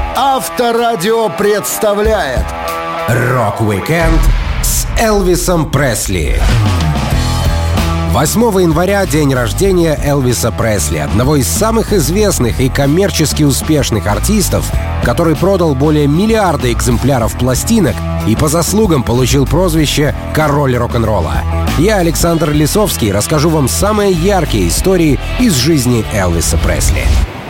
Авторадио представляет Рок-викенд с Элвисом Пресли. 8 января — день рождения Элвиса Пресли, одного из самых известных и коммерчески успешных артистов, который продал более миллиарда экземпляров пластинок и по заслугам получил прозвище «Король рок-н-ролла». Я, Александр Лисовский, расскажу вам самые яркие истории из жизни Элвиса Пресли.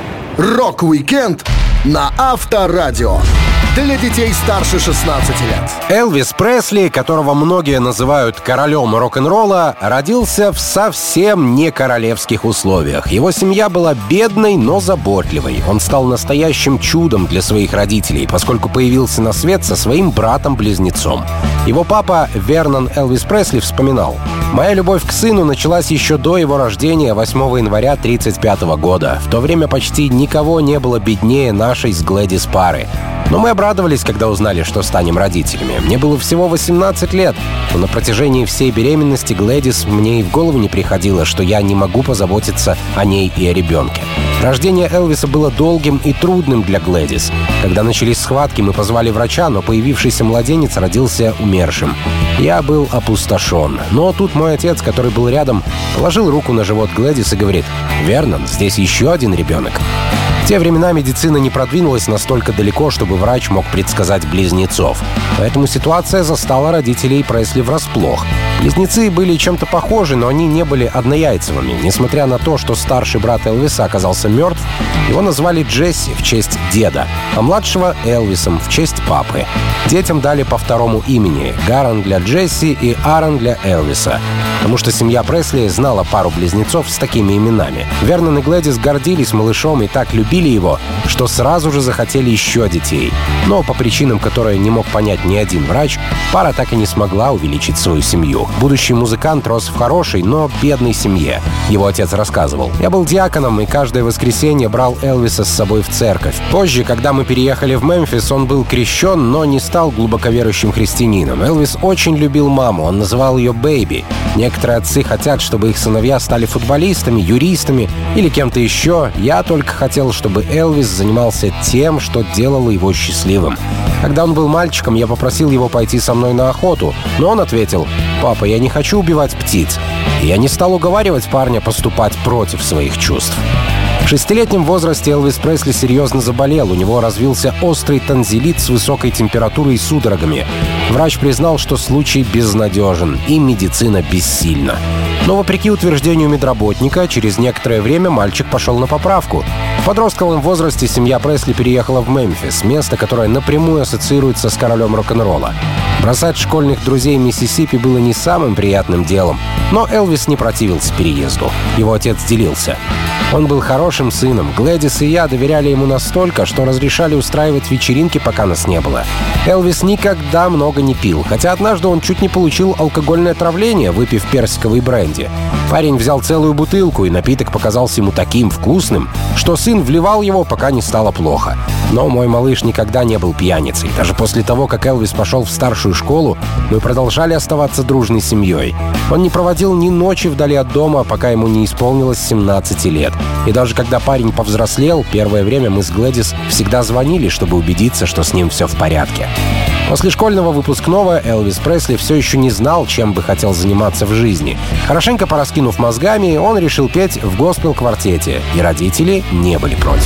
Рок-викенд на Авторадио. Для детей старше 16 лет. Элвис Пресли, которого многие называют королем рок-н-ролла, родился в совсем не королевских условиях. Его семья была бедной, но заботливой. Он стал настоящим чудом для своих родителей, поскольку появился на свет со своим братом-близнецом. Его папа Вернон Элвис Пресли вспоминал: «Моя любовь к сыну началась еще до его рождения 8 января 1935 года. В то время почти никого не было беднее нашей с Глэдис пары. Но мы обрадовались, когда узнали, что станем родителями. Мне было всего 18 лет, но на протяжении всей беременности Глэдис мне и в голову не приходило, что я не могу позаботиться о ней и о ребенке. Рождение Элвиса было долгим и трудным для Глэдис. Когда начались схватки, мы позвали врача, но появившийся младенец родился умершим. Я был опустошен. Но тут мой отец, который был рядом, положил руку на живот Глэдис и говорит: «Вернон, здесь еще один ребенок». В те времена медицина не продвинулась настолько далеко, чтобы врач мог предсказать близнецов. Поэтому ситуация застала родителей Пресли врасплох. Близнецы были чем-то похожи, но они не были однояйцевыми. Несмотря на то, что старший брат Элвиса оказался мертв, его назвали Джесси в честь деда, а младшего — Элвисом в честь папы. Детям дали по второму имени — Гаран для Джесси и Аарон для Элвиса, потому что семья Пресли знала пару близнецов с такими именами. Вернон и Глэдис гордились малышом и так любили его, что сразу же захотели еще детей. Но по причинам, которые не мог понять ни один врач, пара так и не смогла увеличить свою семью. Будущий музыкант рос в хорошей, но бедной семье. Его отец рассказывал: «Я был диаконом и каждое воскресенье брал Элвиса с собой в церковь. Позже, когда мы переехали в Мемфис, он был крещен, но не стал глубоковерующим христианином. Элвис очень любил маму, он называл ее Бэйби. Некоторые отцы хотят, чтобы их сыновья стали футболистами, юристами или кем-то еще. Я только хотел, чтобы Элвис занимался тем, что делало его счастливым. Когда он был мальчиком, я попросил его пойти со мной на охоту, но он ответил: «Папа, я не хочу убивать птиц». И я не стал уговаривать парня поступать против своих чувств. В 6-летнем возрасте Элвис Пресли серьезно заболел. У него развился острый танзелит с высокой температурой и судорогами. Врач признал, что случай безнадежен и медицина бессильна. Но, вопреки утверждению медработника, через некоторое время мальчик пошел на поправку. В подростковом возрасте семья Пресли переехала в Мемфис, место, которое напрямую ассоциируется с королем рок-н-ролла. Бросать школьных друзей Миссисипи было не самым приятным делом, но Элвис не противился переезду. Его отец делился: «Он был хорошим сыном. Глэдис и я доверяли ему настолько, что разрешали устраивать вечеринки, пока нас не было. Элвис никогда много не пил, хотя однажды он чуть не получил алкогольное отравление, выпив персиковый бренди. Парень взял целую бутылку, и напиток показался ему таким вкусным, что сын вливал его, пока не стало плохо. Но мой малыш никогда не был пьяницей. Даже после того, как Элвис пошел в старшую школу, мы продолжали оставаться дружной семьей. Он не проводил ни ночи вдали от дома, пока ему не исполнилось 17 лет. И даже когда парень повзрослел, первое время мы с Глэдис всегда звонили, чтобы убедиться, что с ним все в порядке». После школьного выпускного Элвис Пресли все еще не знал, чем бы хотел заниматься в жизни. Хорошенько пораскинув мозгами, он решил петь в госпел-квартете, и родители не были против.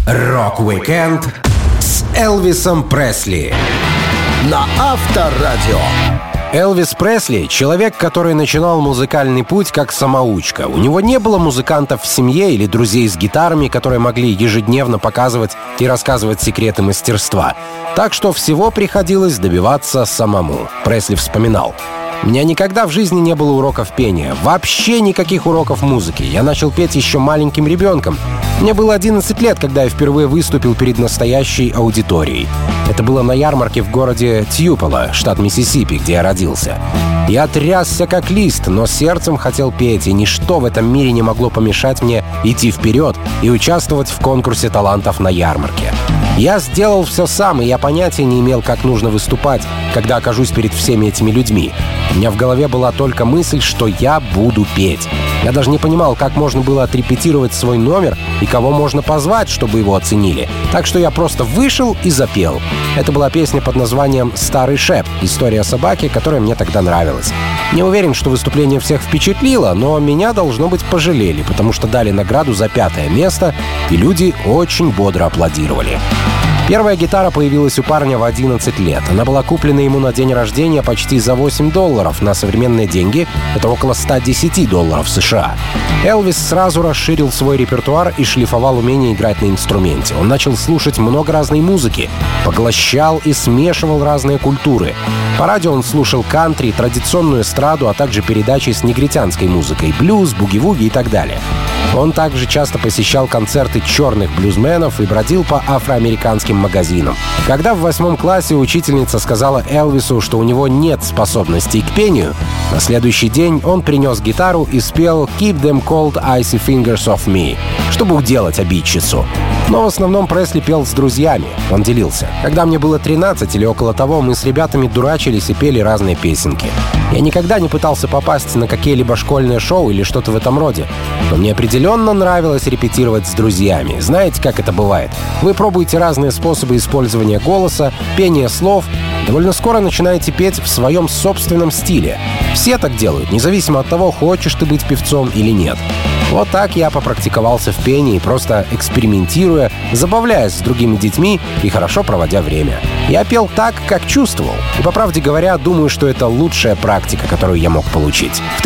Рок-викенд с Элвисом Пресли На Авторадио. Элвис Пресли — человек, который начинал музыкальный путь как самоучка. У него не было музыкантов в семье или друзей с гитарами, которые могли ежедневно показывать и рассказывать секреты мастерства. Так что всего приходилось добиваться самому. Пресли вспоминал: «У меня никогда в жизни не было уроков пения. Вообще никаких уроков музыки. Я начал петь еще маленьким ребенком. Мне было 11 лет, когда я впервые выступил перед настоящей аудиторией. Это было на ярмарке в городе Тьюполо, штат Миссисипи, где я родился. Я трясся как лист, но сердцем хотел петь, и ничто в этом мире не могло помешать мне идти вперед и участвовать в конкурсе талантов на ярмарке. Я сделал все сам, и я понятия не имел, как нужно выступать, когда окажусь перед всеми этими людьми. У меня в голове была только мысль, что я буду петь. Я даже не понимал, как можно было отрепетировать свой номер и кого можно позвать, чтобы его оценили. Так что я просто вышел и запел. Это была песня под названием «Старый Шеп. История собаки», которая мне тогда нравилась. Не уверен, что выступление всех впечатлило, но меня, должно быть, пожалели, потому что дали награду за 5-е место, и люди очень бодро аплодировали. Первая гитара появилась у парня в 11 лет. Она была куплена ему на день рождения почти за $8. На современные деньги это около $110 США. Элвис сразу расширил свой репертуар и шлифовал умение играть на инструменте. Он начал слушать много разной музыки, поглощал и смешивал разные культуры. По радио он слушал кантри, традиционную эстраду, а также передачи с негритянской музыкой, блюз, буги-вуги и так далее. Он также часто посещал концерты черных блюзменов и бродил по афроамериканским магазинам. Когда в 8 классе учительница сказала Элвису, что у него нет способностей к пению, на следующий день он принес гитару и спел «Keep them cold icy fingers of me», чтобы уделать обидчицу. Но в основном Пресли пел с друзьями. Он делился: «Когда мне было 13 или около того, мы с ребятами дурачились и пели разные песенки. Я никогда не пытался попасть на какие-либо школьные шоу или что-то в этом роде. Но мне определенно нравилось репетировать с друзьями. Знаете, как это бывает? Вы пробуете разные способы использования голоса, пения слов. Довольно скоро начинаете петь в своем собственном стиле. Все так делают, независимо от того, хочешь ты быть певцом или нет». Вот так я попрактиковался в пении, просто экспериментируя, забавляясь с другими детьми и хорошо проводя время. Я пел так, как чувствовал. И, по правде говоря, думаю, что это лучшая практика, которую я мог получить. В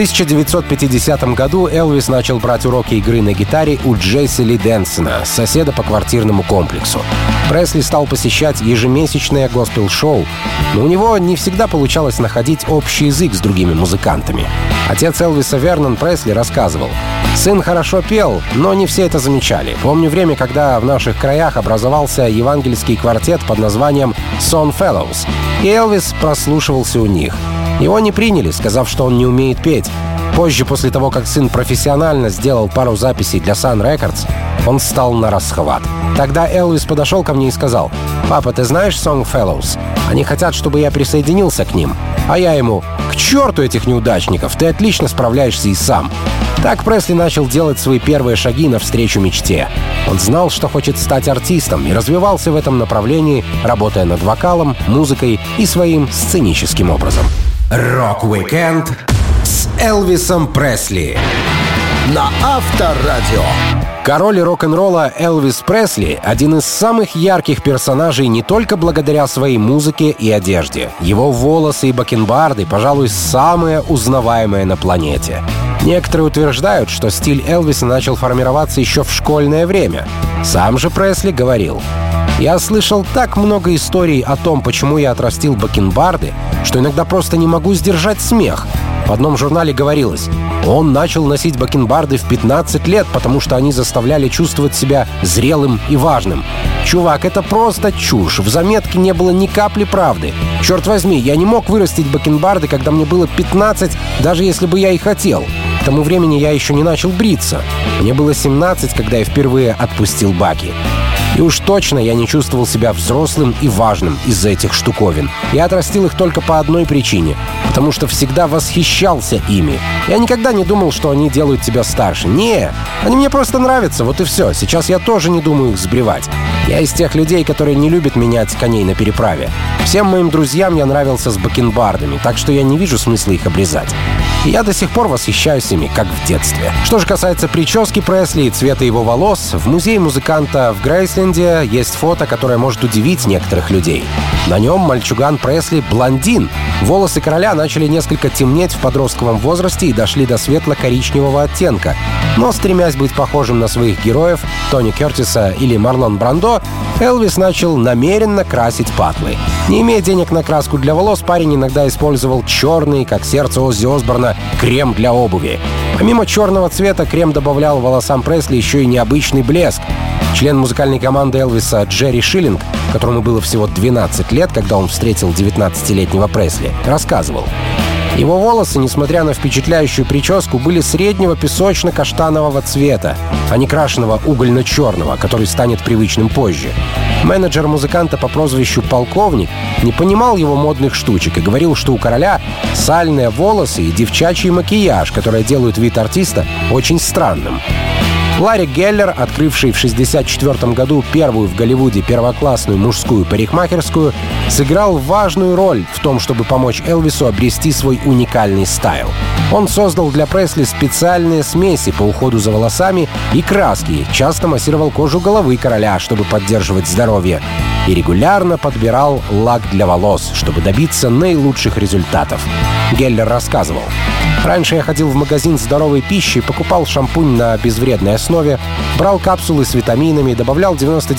1950 году Элвис начал брать уроки игры на гитаре у Джесси Ли Дэнсона, соседа по квартирному комплексу. Пресли стал посещать ежемесячное госпел-шоу, но у него не всегда получалось находить общий язык с другими музыкантами. Отец Элвиса, Вернон Пресли, рассказывал: «Сын хорошо пел, но не все это замечали. Помню время, когда в наших краях образовался евангельский квартет под названием Song Fellows, и Элвис прослушивался у них. Его не приняли, сказав, что он не умеет петь. Позже, после того, как сын профессионально сделал пару записей для Sun Records, он стал на расхват. Тогда Элвис подошел ко мне и сказал: «Папа, ты знаешь Song Fellows? Они хотят, чтобы я присоединился к ним». А я ему: «К черту этих неудачников, ты отлично справляешься и сам». Так Пресли начал делать свои первые шаги навстречу мечте. Он знал, что хочет стать артистом, и развивался в этом направлении, работая над вокалом, музыкой и своим сценическим образом. Рок-уикенд с Элвисом Пресли на Авторадио. Король рок-н-ролла Элвис Пресли — один из самых ярких персонажей не только благодаря своей музыке и одежде. Его волосы и бакенбарды, пожалуй, самые узнаваемые на планете. Некоторые утверждают, что стиль Элвиса начал формироваться еще в школьное время. Сам же Пресли говорил: «Я слышал так много историй о том, почему я отрастил бакенбарды, что иногда просто не могу сдержать смех». В одном журнале говорилось: он начал носить бакенбарды в 15 лет, потому что они заставляли чувствовать себя зрелым и важным. Чувак, это просто чушь. В заметке не было ни капли правды. Черт возьми, я не мог вырастить бакенбарды, когда мне было 15, даже если бы я и хотел. К тому времени я еще не начал бриться. Мне было 17, когда я впервые отпустил баки. И уж точно я не чувствовал себя взрослым и важным из-за этих штуковин. Я отрастил их только по одной причине — потому что всегда восхищался ими. Я никогда не думал, что они делают тебя старше. Не, они мне просто нравятся, вот и все. Сейчас я тоже не думаю их сбривать. Я из тех людей, которые не любят менять коней на переправе. Всем моим друзьям я нравился с бакенбардами, так что я не вижу смысла их обрезать. И я до сих пор восхищаюсь ими, как в детстве. Что же касается прически Пресли и цвета его волос, в музее музыканта в Грейсленде есть фото, которое может удивить некоторых людей. На нем мальчуган Пресли блондин. Волосы короля начали несколько темнеть в подростковом возрасте и дошли до светло-коричневого оттенка. Но, стремясь быть похожим на своих героев, Тони Кертиса или Марлон Брандо, Элвис начал намеренно красить патлы. Не имея денег на краску для волос, парень иногда использовал черный, как сердце Оззи Осборна, крем для обуви. Помимо черного цвета, крем добавлял волосам Пресли еще и необычный блеск. Член музыкальной команды Элвиса Джерри Шиллинг, которому было всего 12 лет, когда он встретил 19-летнего Пресли, рассказывал: его волосы, несмотря на впечатляющую прическу, были среднего песочно-каштанового цвета, а не крашеного угольно-черного, который станет привычным позже. Менеджер музыканта по прозвищу Полковник не понимал его модных штучек и говорил, что у короля сальные волосы и девчачий макияж, которые делают вид артиста очень странным. Ларри Геллер, открывший в 1964 году первую в Голливуде первоклассную мужскую парикмахерскую, сыграл важную роль в том, чтобы помочь Элвису обрести свой уникальный стайл. Он создал для Пресли специальные смеси по уходу за волосами и краски, часто массировал кожу головы короля, чтобы поддерживать здоровье, и регулярно подбирал лак для волос, чтобы добиться наилучших результатов. Геллер рассказывал: «Раньше я ходил в магазин здоровой пищи, покупал шампунь на безвредной основе, брал капсулы с витаминами, добавлял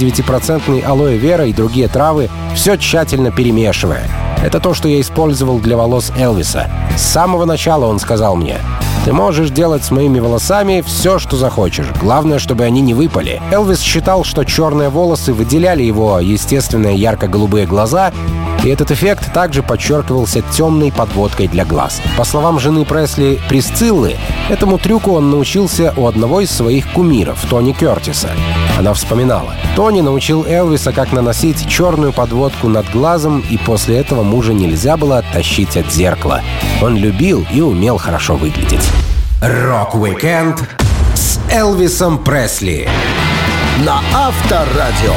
99% алоэ вера и другие травы, все тщательно перемешивая. Это то, что я использовал для волос Элвиса. С самого начала он сказал мне: ты можешь делать с моими волосами все, что захочешь. Главное, чтобы они не выпали». Элвис считал, что черные волосы выделяли его естественные ярко-голубые глаза, и этот эффект также подчеркивался темной подводкой для глаз. По словам жены Пресли, Присциллы, этому трюку он научился у одного из своих кумиров, Тони Кертиса. Она вспоминала: «Тони научил Элвиса, как наносить черную подводку над глазом, и после этого мужа нельзя было оттащить от зеркала. Он любил и умел хорошо выглядеть». Рок-викенд с Элвисом Пресли на Авторадио.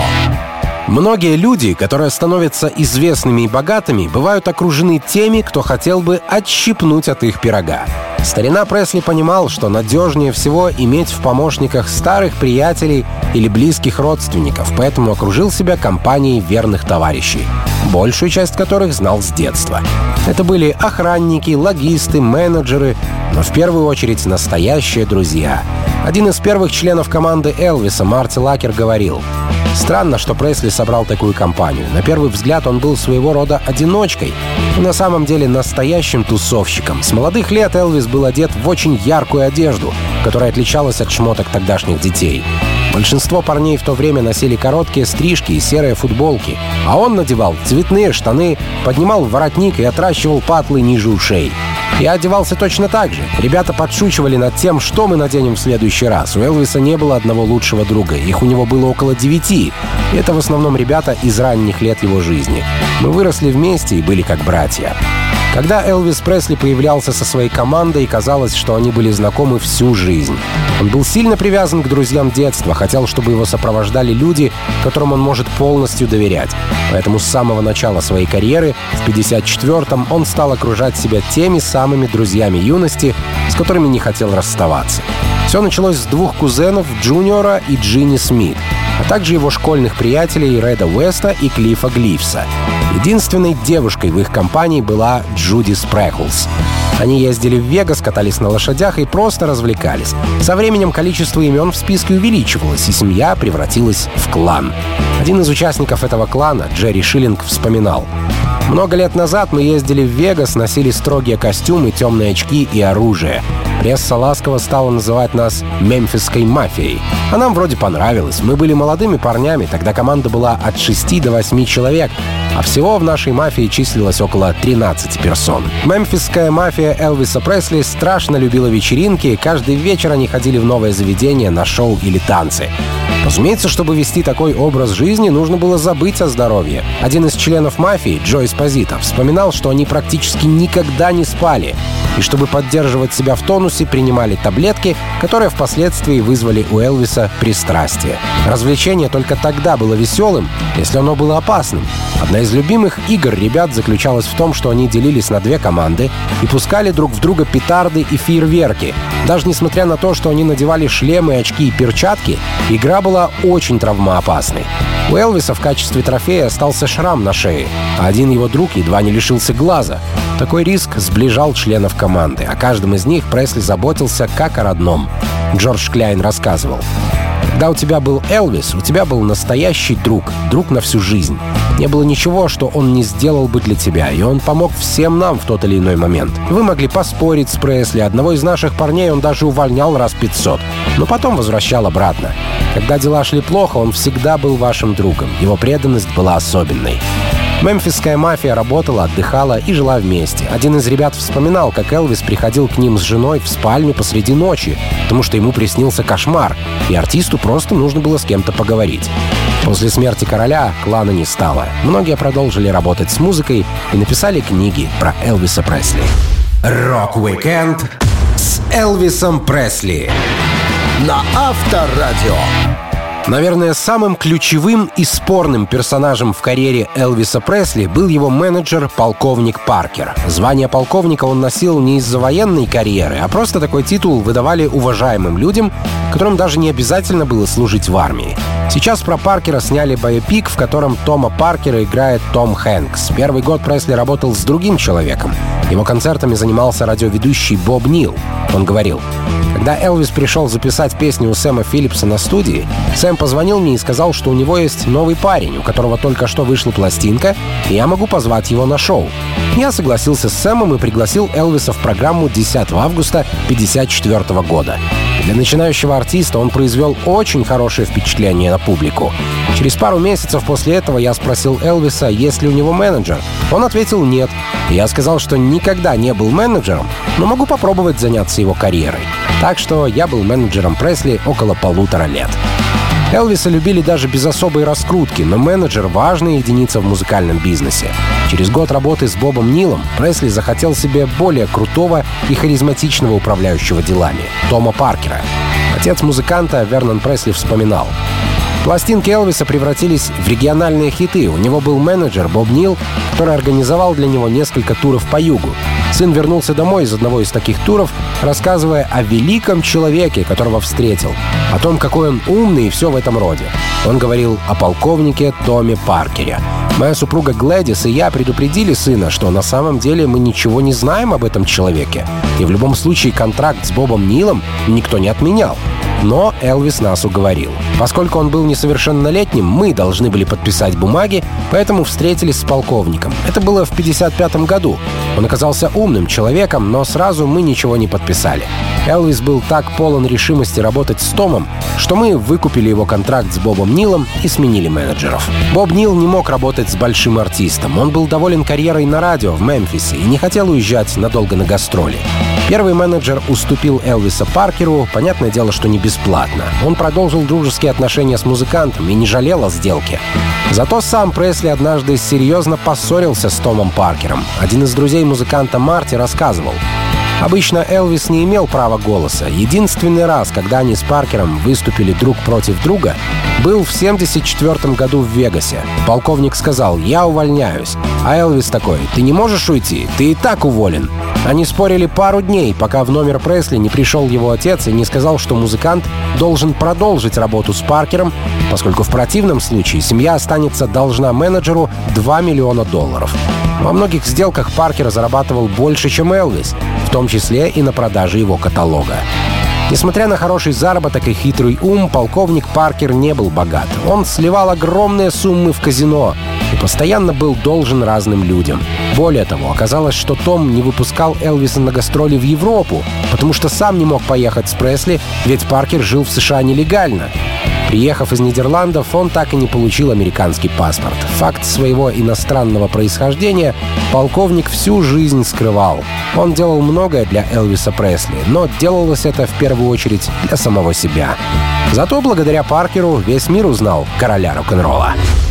Многие люди, которые становятся известными и богатыми, бывают окружены теми, кто хотел бы отщипнуть от их пирога. Старина Пресли понимал, что надежнее всего иметь в помощниках старых приятелей или близких родственников, поэтому окружил себя компанией верных товарищей, большую часть которых знал с детства. Это были охранники, логисты, менеджеры, но в первую очередь настоящие друзья. Один из первых членов команды Элвиса, Марти Лакер, говорил: «Странно, что Пресли собрал такую компанию. На первый взгляд он был своего рода одиночкой, но на самом деле настоящим тусовщиком. С молодых лет Элвис был одет в очень яркую одежду, которая отличалась от шмоток тогдашних детей. Большинство парней в то время носили короткие стрижки и серые футболки, а он надевал цветные штаны, поднимал воротник и отращивал патлы ниже ушей. Я одевался точно так же. Ребята подшучивали над тем, что мы наденем в следующий раз. У Элвиса не было одного лучшего друга. Их у него было около 9. И это в основном ребята из ранних лет его жизни. Мы выросли вместе и были как братья». Когда Элвис Пресли появлялся со своей командой, казалось, что они были знакомы всю жизнь. Он был сильно привязан к друзьям детства, хотел, чтобы его сопровождали люди, которым он может полностью доверять. Поэтому с самого начала своей карьеры, в 1954-м, он стал окружать себя теми самыми друзьями юности, с которыми не хотел расставаться. Все началось с 2 кузенов, Джуниора и Джинни Смит, а также его школьных приятелей Реда Уэста и Клиффа Гливса. Единственной девушкой в их компании была Джуди Спрэклс. Они ездили в Вегас, катались на лошадях и просто развлекались. Со временем количество имен в списке увеличивалось, и семья превратилась в клан. Один из участников этого клана, Джерри Шиллинг, вспоминал: «Много лет назад мы ездили в Вегас, носили строгие костюмы, темные очки и оружие. Пресса ласково стала называть нас «мемфисской мафией». А нам вроде понравилось. Мы были молодыми парнями, тогда команда была от 6 до 8 человек, а всего в нашей мафии числилось около 13 персон. Мемфисская мафия Элвиса Пресли страшно любила вечеринки, и каждый вечер они ходили в новое заведение на шоу или танцы. Разумеется, чтобы вести такой образ жизни, нужно было забыть о здоровье. Один из членов мафии, Джо Эспозито, вспоминал, что они практически никогда не спали, и чтобы поддерживать себя в тонусе, принимали таблетки, которые впоследствии вызвали у Элвиса пристрастие. Развлечение только тогда было веселым, если оно было опасным. Одна из любимых игр ребят заключалась в том, что они делились на 2 команды и пускали друг в друга петарды и фейерверки. Даже несмотря на то, что они надевали шлемы, очки и перчатки, игра была очень травмоопасной. У Элвиса в качестве трофея остался шрам на шее, а один его друг едва не лишился глаза. Такой риск сближал членов команды, о каждом из них Пресли заботился как о родном. Джордж Кляйн рассказывал: «Когда у тебя был Элвис, у тебя был настоящий друг на всю жизнь. Не было ничего, что он не сделал бы для тебя, и он помог всем нам в тот или иной момент. Вы могли поспорить с Пресли, одного из наших парней он даже увольнял раз 500, но потом возвращал обратно. Когда дела шли плохо, он всегда был вашим другом, его преданность была особенной». Мемфисская мафия работала, отдыхала и жила вместе. Один из ребят вспоминал, как Элвис приходил к ним с женой в спальню посреди ночи, потому что ему приснился кошмар, и артисту просто нужно было с кем-то поговорить. После смерти короля клана не стало. Многие продолжили работать с музыкой и написали книги про Элвиса Пресли. Рок-викенд с Элвисом Пресли на Авторадио. Наверное, самым ключевым и спорным персонажем в карьере Элвиса Пресли был его менеджер полковник Паркер. Звание полковника он носил не из-за военной карьеры, а просто такой титул выдавали уважаемым людям, которым даже не обязательно было служить в армии. Сейчас про Паркера сняли байопик, в котором Тома Паркера играет Том Хэнкс. Первый год Пресли работал с другим человеком. Его концертами занимался радиоведущий Боб Нил. Он говорил: «Когда Элвис пришел записать песню у Сэма Филлипса на студии, Сэм позвонил мне и сказал, что у него есть новый парень, у которого только что вышла пластинка, и я могу позвать его на шоу». Я согласился с Сэмом и пригласил Элвиса в программу 10 августа 1954 года. Для начинающего артиста он произвел очень хорошее впечатление на публику. Через пару месяцев после этого я спросил Элвиса, есть ли у него менеджер. Он ответил «нет». И я сказал, что никогда не был менеджером, но могу попробовать заняться его карьерой. Так что я был менеджером Пресли около 1,5 лет. Элвиса любили даже без особой раскрутки, но менеджер — важная единица в музыкальном бизнесе. Через год работы с Бобом Нилом Пресли захотел себе более крутого и харизматичного управляющего делами — Тома Паркера. Отец музыканта Вернон Пресли вспоминал: «Пластинки Элвиса превратились в региональные хиты. У него был менеджер Боб Нил, который организовал для него несколько туров по югу. Сын вернулся домой из одного из таких туров, рассказывая о великом человеке, которого встретил, о том, какой он умный и все в этом роде. Он говорил о полковнике Томе Паркере. Моя супруга Глэдис и я предупредили сына, что на самом деле мы ничего не знаем об этом человеке. И в любом случае контракт с Бобом Нилом никто не отменял. Но Элвис нас уговорил. Поскольку он был несовершеннолетним, мы должны были подписать бумаги, поэтому встретились с полковником. Это было в 1955 году. Он оказался умным человеком, но сразу мы ничего не подписали. Элвис был так полон решимости работать с Томом, что мы выкупили его контракт с Бобом Нилом и сменили менеджеров. Боб Нил не мог работать с большим артистом. Он был доволен карьерой на радио в Мемфисе и не хотел уезжать надолго на гастроли. Первый менеджер уступил Элвиса Паркеру, понятное дело, что не бесплатно. Он продолжил дружеские отношения с музыкантом и не жалел о сделке. Зато сам Пресли однажды серьезно поссорился с Томом Паркером. Один из друзей музыканта Марти рассказывал: обычно Элвис не имел права голоса. Единственный раз, когда они с Паркером выступили друг против друга, был в 1974 году в Вегасе. Полковник сказал: «Я увольняюсь». А Элвис такой: «Ты не можешь уйти? Ты и так уволен». Они спорили пару дней, пока в номер Пресли не пришел его отец и не сказал, что музыкант должен продолжить работу с Паркером, поскольку в противном случае семья останется должна менеджеру $2 миллиона. Во многих сделках Паркер зарабатывал больше, чем Элвис, в том числе и на продаже его каталога. Несмотря на хороший заработок и хитрый ум, полковник Паркер не был богат. Он сливал огромные суммы в казино и постоянно был должен разным людям. Более того, оказалось, что Том не выпускал Элвиса на гастроли в Европу, потому что сам не мог поехать с Пресли, ведь Паркер жил в США нелегально. Приехав из Нидерландов, он так и не получил американский паспорт. Факт своего иностранного происхождения полковник всю жизнь скрывал. Он делал многое для Элвиса Пресли, но делалось это в первую очередь для самого себя. Зато благодаря Паркеру весь мир узнал короля рок-н-ролла.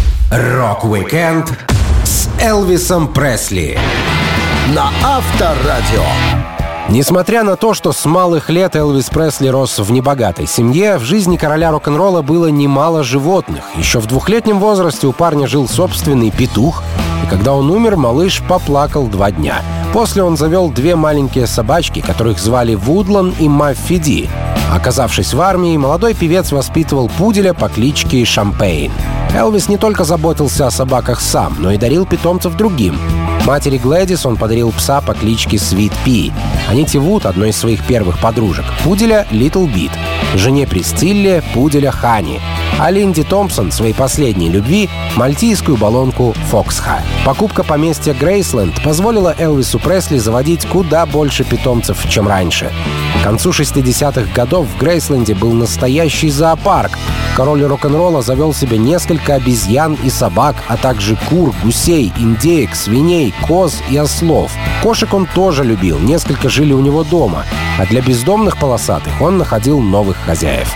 Рок-викенд С Элвисом Пресли на Авторадио. Несмотря на то, что с малых лет Элвис Пресли рос в небогатой семье, в жизни короля рок-н-ролла было немало животных. Еще в 2-летнем возрасте у парня жил собственный петух, и когда он умер, малыш поплакал 2 дня. После он завел 2 маленькие собачки, которых звали Вудлан и Маффи Ди. Оказавшись в армии, молодой певец воспитывал пуделя по кличке Шампейн. Элвис не только заботился о собаках сам, но и дарил питомцев другим. Матери Глэдис он подарил пса по кличке Свит Пи. Аните Вуд, одной из своих первых подружек, пуделя Литл Бит. Жене Престилле пуделя Хани. А Линди Томпсон, своей последней любви, мальтийскую баллонку Фоксха. Покупка поместья Грейсленд позволила Элвису Пресли заводить куда больше питомцев, чем раньше. К концу 60-х годов в Грейсленде был настоящий зоопарк. Король рок-н-ролла завел себе несколько обезьян и собак, а также кур, гусей, индеек, свиней, коз и ослов. Кошек он тоже любил, несколько жили у него дома, а для бездомных полосатых он находил новых хозяев.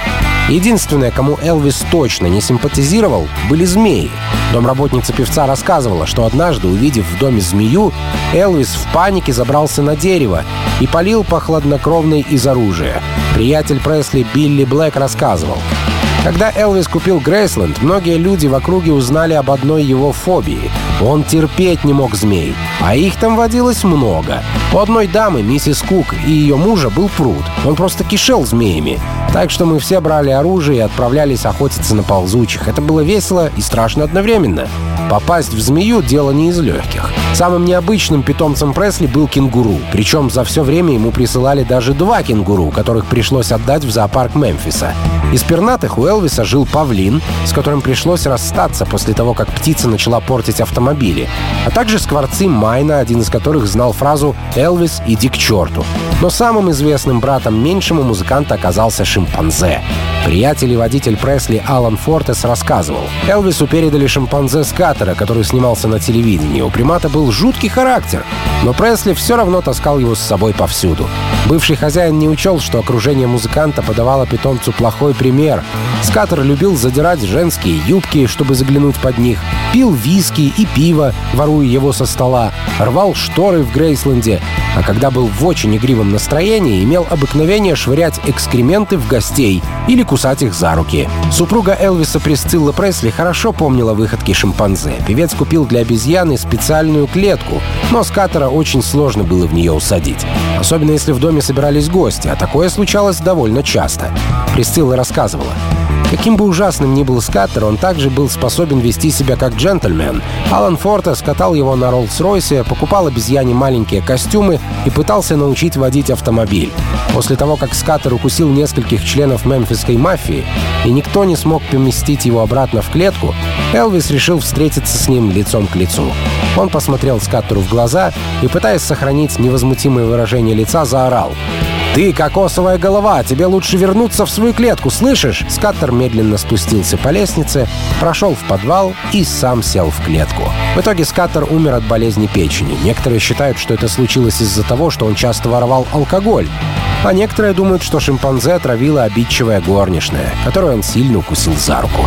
Единственное, кому Элвис точно не симпатизировал, были змеи. Домработница певца рассказывала, что однажды, увидев в доме змею, Элвис в панике забрался на дерево и палил по хладнокровной из оружия. Приятель Пресли Билли Блэк рассказывал: когда Элвис купил Грейсленд, многие люди в округе узнали об одной его фобии. Он терпеть не мог змей, а их там водилось много. У одной дамы, миссис Кук, и ее мужа был пруд. Он просто кишел змеями. Так что мы все брали оружие и отправлялись охотиться на ползучих. Это было весело и страшно одновременно. Попасть в змею — дело не из легких. Самым необычным питомцем Пресли был кенгуру. Причем за все время ему присылали даже 2 кенгуру, которых пришлось отдать в зоопарк Мемфиса. Из пернатых у Элвиса жил павлин, с которым пришлось расстаться после того, как птица начала портить автомобили. А также скворцы Майна, один из которых знал фразу «Элвис, иди к черту». Но самым известным братом меньшему музыканта оказался шимпанзе. Приятель и водитель Пресли Алан Фортес рассказывал: Элвису передали шимпанзе Скаттера, который снимался на телевидении. У примата был жуткий характер, но Пресли все равно таскал его с собой повсюду. Бывший хозяин не учел, что окружение музыканта подавало питомцу плохой пример. Скаттер любил задирать женские юбки, чтобы заглянуть под них, пил виски и пиво, воруя его со стола, рвал шторы в Грейсленде, а когда был в очень игривом настроении, имел обыкновение швырять экскременты в гостей или кусать их за руки. Супруга Элвиса Присцилла Пресли хорошо помнила выходки шимпанзе. Певец купил для обезьяны специальную клетку, но Скаттера очень сложно было в нее усадить. Особенно если в доме собирались гости, а такое случалось довольно часто. Присцилла рассказывала: каким бы ужасным ни был Скаттер, он также был способен вести себя как джентльмен. Алан Фортес катал его на Роллс-Ройсе, покупал обезьяне маленькие костюмы и пытался научить водить автомобиль. После того, как Скаттер укусил нескольких членов мемфисской мафии, и никто не смог поместить его обратно в клетку, Элвис решил встретиться с ним лицом к лицу. Он посмотрел Скаттеру в глаза и, пытаясь сохранить невозмутимое выражение лица, заорал: «Ты кокосовая голова! Тебе лучше вернуться в свою клетку, слышишь?» Скаттер медленно спустился по лестнице, прошел в подвал и сам сел в клетку. В итоге Скаттер умер от болезни печени. Некоторые считают, что это случилось из-за того, что он часто воровал алкоголь. А некоторые думают, что шимпанзе отравила обидчивая горничная, которую он сильно укусил за руку.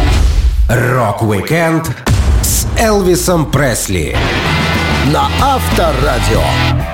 Рок-викенд С Элвисом Пресли на Авторадио.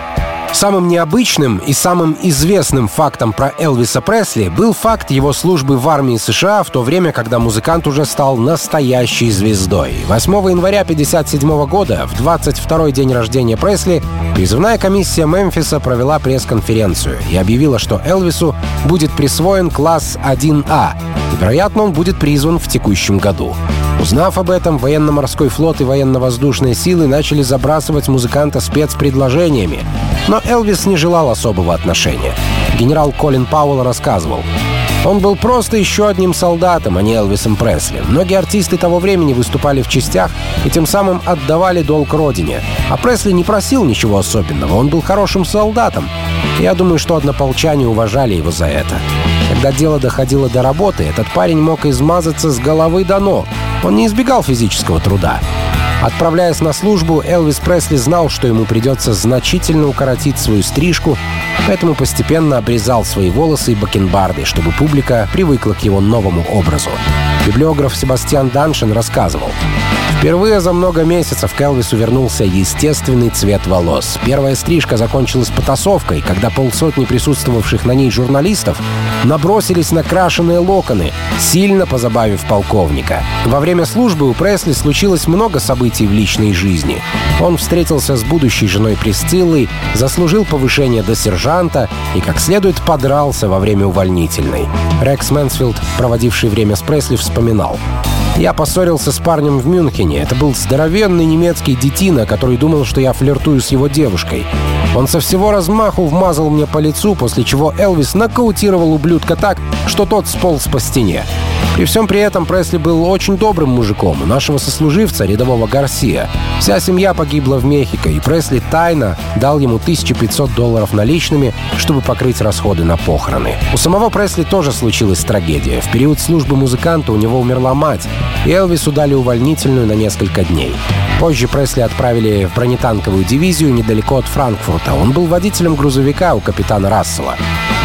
Самым необычным и самым известным фактом про Элвиса Пресли был факт его службы в армии США в то время, когда музыкант уже стал настоящей звездой. 8 января 1957 года, в 22-й день рождения Пресли, призывная комиссия Мемфиса провела пресс-конференцию и объявила, что Элвису будет присвоен класс 1А, и, вероятно, он будет призван в текущем году. Узнав об этом, военно-морской флот и военно-воздушные силы начали забрасывать музыканта спецпредложениями. Но Элвис не желал особого отношения. Генерал Колин Пауэлл рассказывал: он был просто еще одним солдатом, а не Элвисом Пресли. Многие артисты того времени выступали в частях и тем самым отдавали долг родине. А Пресли не просил ничего особенного, он был хорошим солдатом. Я думаю, что однополчане уважали его за это. Когда дело доходило до работы, этот парень мог измазаться с головы до ног. Он не избегал физического труда. Отправляясь на службу, Элвис Пресли знал, что ему придется значительно укоротить свою стрижку, поэтому постепенно обрезал свои волосы и бакенбарды, чтобы публика привыкла к его новому образу. Библиограф Себастьян Даншин рассказывал: впервые за много месяцев к Элвису вернулся естественный цвет волос. Первая стрижка закончилась потасовкой, когда полсотни присутствовавших на ней журналистов набросились на крашеные локоны, сильно позабавив полковника. Во время службы у Пресли случилось много событий в личной жизни. Он встретился с будущей женой Присциллой, заслужил повышение до сержанта и как следует подрался во время увольнительной. Рекс Мэнсфилд, проводивший время с Пресли, вспоминал: «Я поссорился с парнем в Мюнхене. Это был здоровенный немецкий детина, который думал, что я флиртую с его девушкой. Он со всего размаху вмазал мне по лицу, после чего Элвис нокаутировал ублюдка так, что тот сполз по стене». При всем при этом Пресли был очень добрым мужиком. У нашего сослуживца, рядового Гарсия, вся семья погибла в Мехико, и Пресли тайно дал ему $1500 наличными, чтобы покрыть расходы на похороны. У самого Пресли тоже случилась трагедия. В период службы музыканта у него умерла мать, и Элвису дали увольнительную на несколько дней. Позже Пресли отправили в бронетанковую дивизию недалеко от Франкфурта. Он был водителем грузовика у капитана Рассела.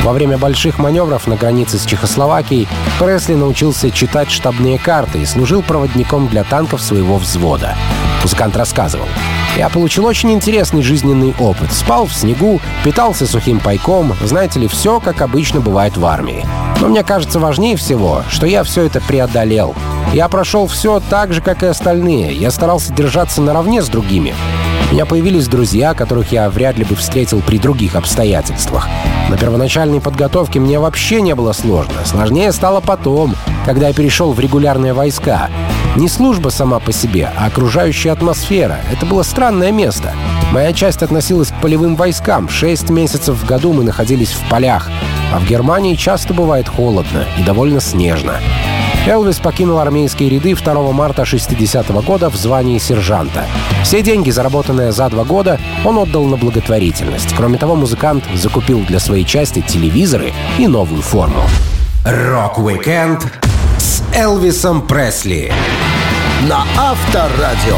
Во время больших маневров на границе с Чехословакией Пресли научился читать штабные карты и служил проводником для танков своего взвода. Музыкант рассказывал: «Я получил очень интересный жизненный опыт. Спал в снегу, питался сухим пайком. Знаете ли, все, как обычно бывает в армии. Но мне кажется, важнее всего, что я все это преодолел. Я прошел все так же, как и остальные. Я старался держаться наравне с другими. У меня появились друзья, которых я вряд ли бы встретил при других обстоятельствах. На первоначальной подготовке мне вообще не было сложно. Сложнее стало потом, когда я перешел в регулярные войска. Не служба сама по себе, а окружающая атмосфера. Это было странное место. Моя часть относилась к полевым войскам. 6 месяцев в году мы находились в полях. А в Германии часто бывает холодно и довольно снежно». Элвис покинул армейские ряды 2 марта 1960 года в звании сержанта. Все деньги, заработанные за 2 года, он отдал на благотворительность. Кроме того, музыкант закупил для своей части телевизоры и новую форму. Рок-викенд с Элвисом Пресли на Авторадио.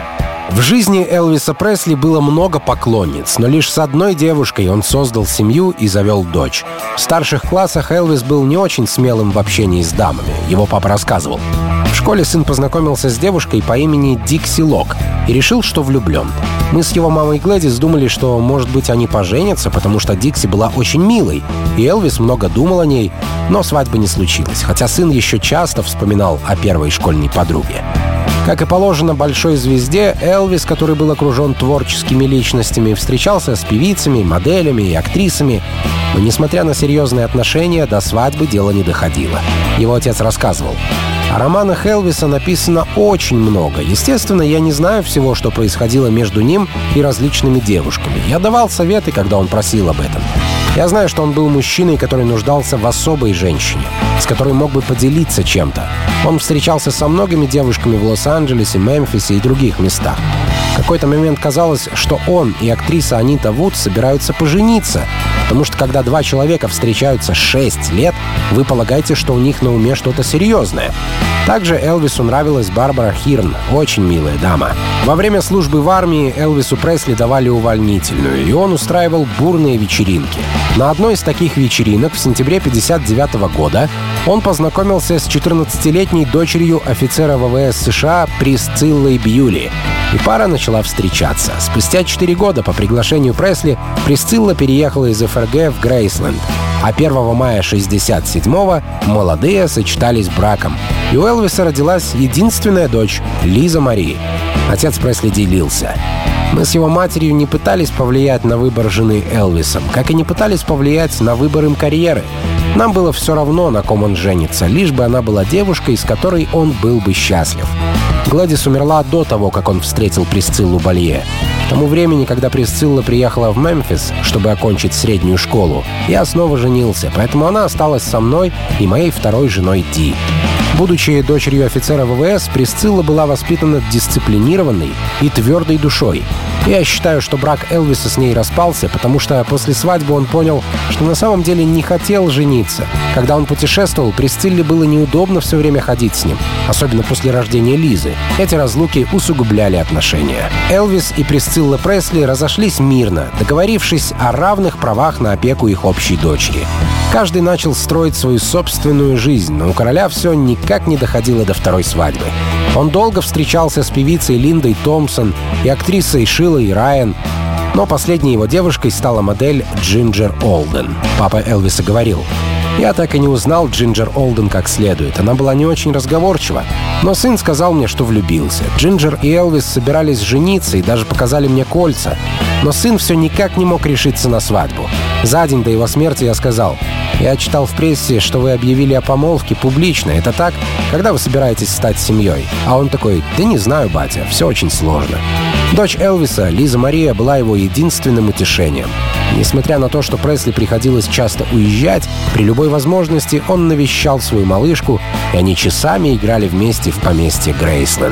В жизни Элвиса Пресли было много поклонниц, но лишь с одной девушкой он создал семью и завел дочь. В старших классах Элвис был не очень смелым в общении с дамами. Его папа рассказывал: в школе сын познакомился с девушкой по имени Дикси Лок и решил, что влюблен. Мы с его мамой Глэдис думали, что, может быть, они поженятся, потому что Дикси была очень милой, и Элвис много думал о ней, но свадьбы не случилось, хотя сын еще часто вспоминал о первой школьной подруге. Как и положено большой звезде, Элвис, который был окружен творческими личностями, встречался с певицами, моделями и актрисами. Но, несмотря на серьезные отношения, до свадьбы дело не доходило. Его отец рассказывал: о романах Элвиса написано очень много. Естественно, я не знаю всего, что происходило между ним и различными девушками. Я давал советы, когда он просил об этом. Я знаю, что он был мужчиной, который нуждался в особой женщине, с которой мог бы поделиться чем-то. Он встречался со многими девушками в Лос-Анджелесе, Мемфисе и других местах. В какой-то момент казалось, что он и актриса Анита Вуд собираются пожениться, потому что когда 2 человека встречаются 6 лет, вы полагаете, что у них на уме что-то серьезное. Также Элвису нравилась Барбара Хирн, очень милая дама. Во время службы в армии Элвису Пресли давали увольнительную, и он устраивал бурные вечеринки. На одной из таких вечеринок в сентябре 1959 года он познакомился с 14-летней дочерью офицера ВВС США Присциллой Бьюли, и пара начала встречаться. Спустя 4 года по приглашению Пресли Присцилла переехала из ФРГ в Грейсленд, а 1 мая 1967-го молодые сочетались браком. И у Элвиса родилась единственная дочь — Лиза Мари. Отец Пресли делился: мы с его матерью не пытались повлиять на выбор жены Элвисом, как и не пытались повлиять на выбор им карьеры. Нам было все равно, на ком он женится, лишь бы она была девушкой, с которой он был бы счастлив. Глэдис умерла до того, как он встретил Присциллу Балье. К тому времени, когда Присцилла приехала в Мемфис, чтобы окончить среднюю школу, я снова женился, поэтому она осталась со мной и моей второй женой Ди. Будучи дочерью офицера ВВС, Присцилла была воспитана дисциплинированной и твердой душой. Я считаю, что брак Элвиса с ней распался, потому что после свадьбы он понял, что на самом деле не хотел жениться. Когда он путешествовал, Присцилле было неудобно все время ходить с ним, особенно после рождения Лизы. Эти разлуки усугубляли отношения. Элвис и Присцилла Пресли разошлись мирно, договорившись о равных правах на опеку их общей дочери. Каждый начал строить свою собственную жизнь, но у короля все никак не доходило до второй свадьбы. Он долго встречался с певицей Линдой Томпсон и актрисой Шилой Райан, но последней его девушкой стала модель Джинджер Олден. Папа Элвиса говорил: я так и не узнал Джинджер Олден как следует. Она была не очень разговорчива. Но сын сказал мне, что влюбился. Джинджер и Элвис собирались жениться и даже показали мне кольца. Но сын все никак не мог решиться на свадьбу. За день до его смерти я сказал: я читал в прессе, что вы объявили о помолвке публично. Это так? Когда вы собираетесь стать семьей? А он такой: да не знаю, батя, все очень сложно. Дочь Элвиса, Лиза Мария, была его единственным утешением. Несмотря на то, что Пресли приходилось часто уезжать, при любой возможности он навещал свою малышку, и они часами играли вместе в поместье Грейсленд.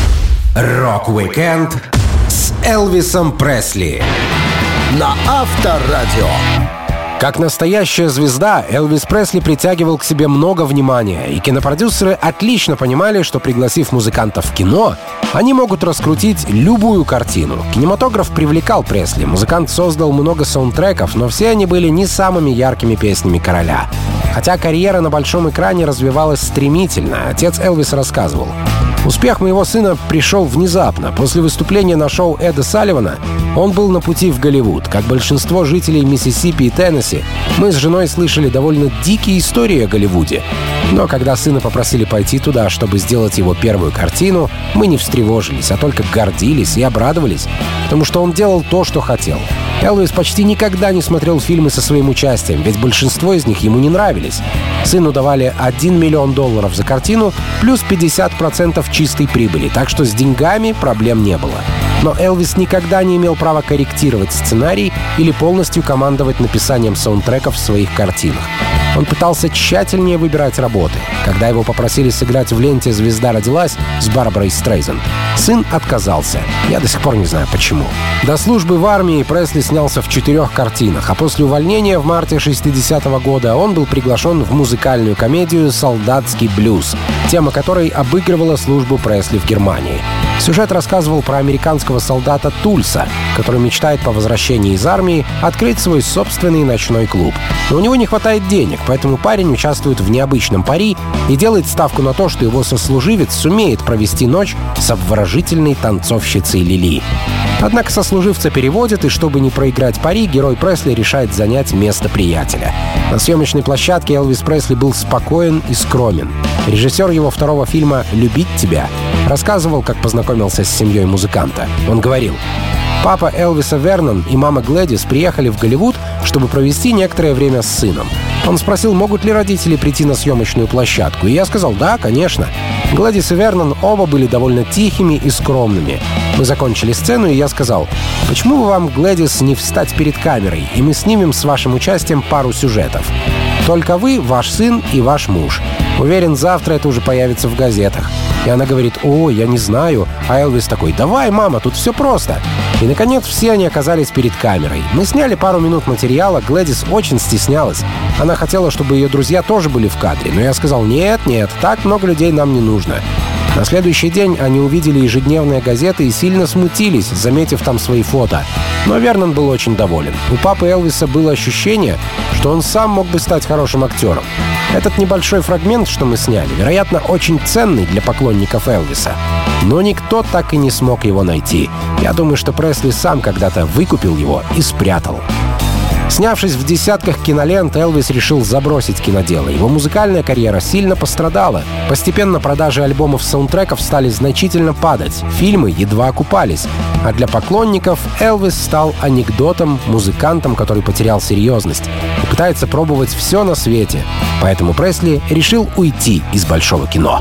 Рок-викенд с Элвисом Пресли на Авторадио. Как настоящая звезда, Элвис Пресли притягивал к себе много внимания, и кинопродюсеры отлично понимали, что, пригласив музыканта в кино, они могут раскрутить любую картину. Кинематограф привлекал Пресли, музыкант создал много саундтреков, но все они были не самыми яркими песнями короля. Хотя карьера на большом экране развивалась стремительно, отец Элвиса рассказывал: «Успех моего сына пришел внезапно. После выступления на шоу Эда Салливана он был на пути в Голливуд. Как большинство жителей Миссисипи и Теннесси, мы с женой слышали довольно дикие истории о Голливуде. Но когда сына попросили пойти туда, чтобы сделать его первую картину, мы не встревожились, а только гордились и обрадовались, потому что он делал то, что хотел. Элвис почти никогда не смотрел фильмы со своим участием, ведь большинство из них ему не нравились. Сыну давали $1 миллион за картину, плюс 50% чистой прибыли, так что с деньгами проблем не было. Но Элвис никогда не имел права корректировать сценарий или полностью командовать написанием саундтреков в своих картинах. Он пытался тщательнее выбирать работы. Когда его попросили сыграть в ленте «Звезда родилась» с Барбарой Стрейзанд, сын отказался. Я до сих пор не знаю, почему. До службы в армии Пресли снялся в 4 картинах, а после увольнения в марте 60-го года он был приглашен в музыкальную комедию «Солдатский блюз», тема которой обыгрывала службу Пресли в Германии. Сюжет рассказывал про американского солдата Тульса, который мечтает по возвращении из армии открыть свой собственный ночной клуб. Но у него не хватает денег, поэтому парень участвует в необычном пари и делает ставку на то, что его сослуживец сумеет провести ночь с обворожительной танцовщицей Лили. Однако сослуживца переводят, и чтобы не проиграть пари, герой Пресли решает занять место приятеля. На съемочной площадке Элвис Пресли был спокоен и скромен. Режиссер его второго фильма «Любить тебя» рассказывал, как познакомился с семьей музыканта. Он говорил: «Папа Элвиса Вернон и мама Глэдис приехали в Голливуд, чтобы провести некоторое время с сыном. Он спросил, могут ли родители прийти на съемочную площадку, и я сказал: да, конечно. Глэдис и Вернон оба были довольно тихими и скромными. Мы закончили сцену, и я сказал: почему бы вам, Глэдис, не встать перед камерой, и мы снимем с вашим участием пару сюжетов? Только вы, ваш сын и ваш муж. Уверен, завтра это уже появится в газетах». И она говорит: «О, я не знаю». А Элвис такой: «Давай, мама, тут все просто». И, наконец, все они оказались перед камерой. Мы сняли пару минут материала, Глэдис очень стеснялась. Она хотела, чтобы ее друзья тоже были в кадре, но я сказал: «Нет, так много людей нам не нужно». На следующий день они увидели ежедневные газеты и сильно смутились, заметив там свои фото. Но Вернон был очень доволен. У папы Элвиса было ощущение, что он сам мог бы стать хорошим актером. Этот небольшой фрагмент, что мы сняли, вероятно, очень ценный для поклонников Элвиса. Но никто так и не смог его найти. Я думаю, что Пресли сам когда-то выкупил его и спрятал. Снявшись в десятках кинолент, Элвис решил забросить кинодело. Его музыкальная карьера сильно пострадала. Постепенно продажи альбомов-саундтреков стали значительно падать. Фильмы едва окупались. А для поклонников Элвис стал анекдотом, музыкантом, который потерял серьезность и пытается пробовать все на свете. Поэтому Пресли решил уйти из большого кино.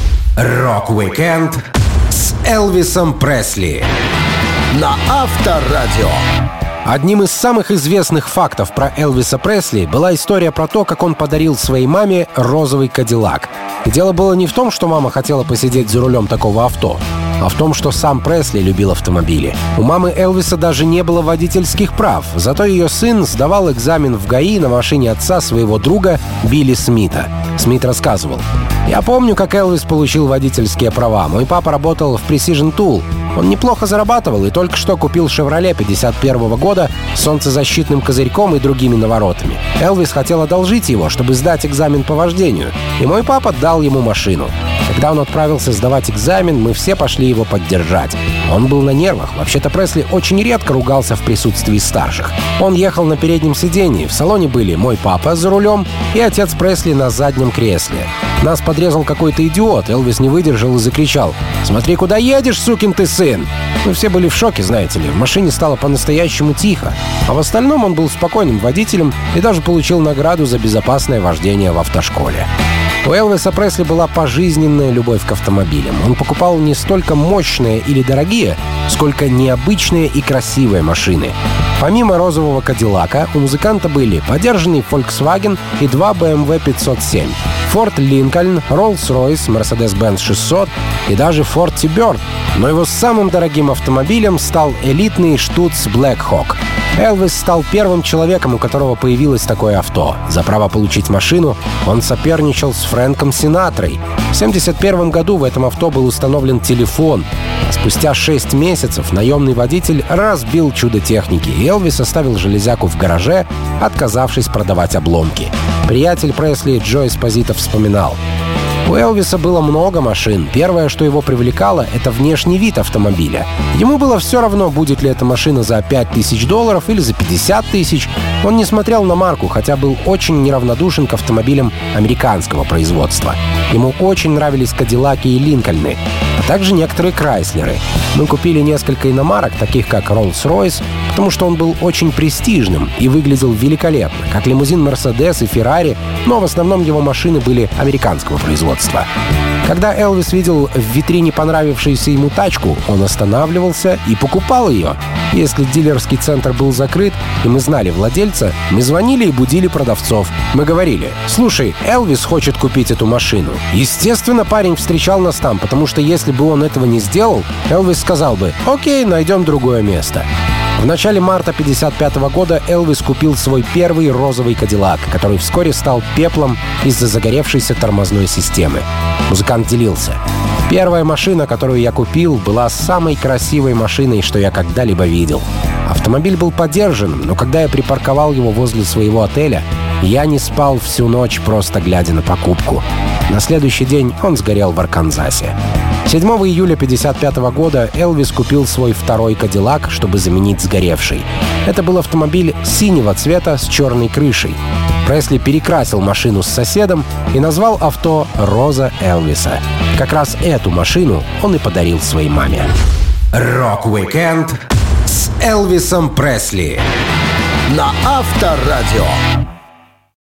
Рок-викенд с Элвисом Пресли на Авторадио. Одним из самых известных фактов про Элвиса Пресли была история про то, как он подарил своей маме розовый Кадиллак. И дело было не в том, что мама хотела посидеть за рулем такого авто, а в том, что сам Пресли любил автомобили. У мамы Элвиса даже не было водительских прав, зато ее сын сдавал экзамен в ГАИ на машине отца своего друга Билли Смита. Смит рассказывал: «Я помню, как Элвис получил водительские права. Мой папа работал в Precision Tool. Он неплохо зарабатывал и только что купил «Шевроле» 51-го года с солнцезащитным козырьком и другими наворотами. Элвис хотел одолжить его, чтобы сдать экзамен по вождению, и мой папа дал ему машину. Когда он отправился сдавать экзамен, мы все пошли его поддержать. Он был на нервах. Вообще-то Пресли очень редко ругался в присутствии старших. Он ехал на переднем сидении. В салоне были мой папа за рулем и отец Пресли на заднем кресле. Нас подрезал какой-то идиот. Элвис не выдержал и закричал: «Смотри, куда едешь, сукин ты сын!» Мы все были в шоке, знаете ли. В машине стало по-настоящему тихо. А в остальном он был спокойным водителем и даже получил награду за безопасное вождение в автошколе. У Элвиса Пресли была пожизненная любовь к автомобилям. Он покупал не столько мощные или дорогие, сколько необычные и красивые машины. Помимо розового Кадиллака, у музыканта были подержанный Volkswagen и 2 BMW 507. Ford Lincoln, Rolls-Royce, Mercedes-Benz 600 и даже Ford T-Bird. Но его самым дорогим автомобилем стал элитный Stutz Black Hawk. Элвис стал первым человеком, у которого появилось такое авто. За право получить машину он соперничал с Фрэнком Синатрой. В 1971 году в этом авто был установлен телефон. А спустя 6 месяцев наемный водитель разбил чудо техники, и Элвис оставил железяку в гараже, отказавшись продавать обломки. Приятель Пресли Джо Эспозито вспоминал: у Элвиса было много машин. Первое, что его привлекало, это внешний вид автомобиля. Ему было все равно, будет ли эта машина за $5000 или за 50 тысяч. Он не смотрел на марку, хотя был очень неравнодушен к автомобилям американского производства. Ему очень нравились Кадиллаки и Линкольны, а также некоторые Крайслеры. Мы купили несколько иномарок, таких как Rolls-Royce, потому что он был очень престижным и выглядел великолепно, как лимузин Mercedes и Ferrari, но в основном его машины были американского производства. Когда Элвис видел в витрине понравившуюся ему тачку, он останавливался и покупал ее. Если дилерский центр был закрыт, и мы знали владельца, мы звонили и будили продавцов. Мы говорили: «Слушай, Элвис хочет купить эту машину». Естественно, парень встречал нас там, потому что если бы он этого не сделал, Элвис сказал бы: «Окей, найдем другое место». В начале марта 1955 года Элвис купил свой первый розовый Кадиллак, который вскоре стал пеплом из-за загоревшейся тормозной системы. Музыкант делился: «Первая машина, которую я купил, была самой красивой машиной, что я когда-либо видел. Автомобиль был подержанным, но когда я припарковал его возле своего отеля, я не спал всю ночь, просто глядя на покупку. На следующий день он сгорел в Арканзасе». 7 июля 1955 года Элвис купил свой второй Кадиллак, чтобы заменить сгоревший. Это был автомобиль синего цвета с черной крышей. Пресли перекрасил машину с соседом и назвал авто «Роза Элвиса». Как раз эту машину он и подарил своей маме. Рок-викенд с Элвисом Пресли на Авторадио.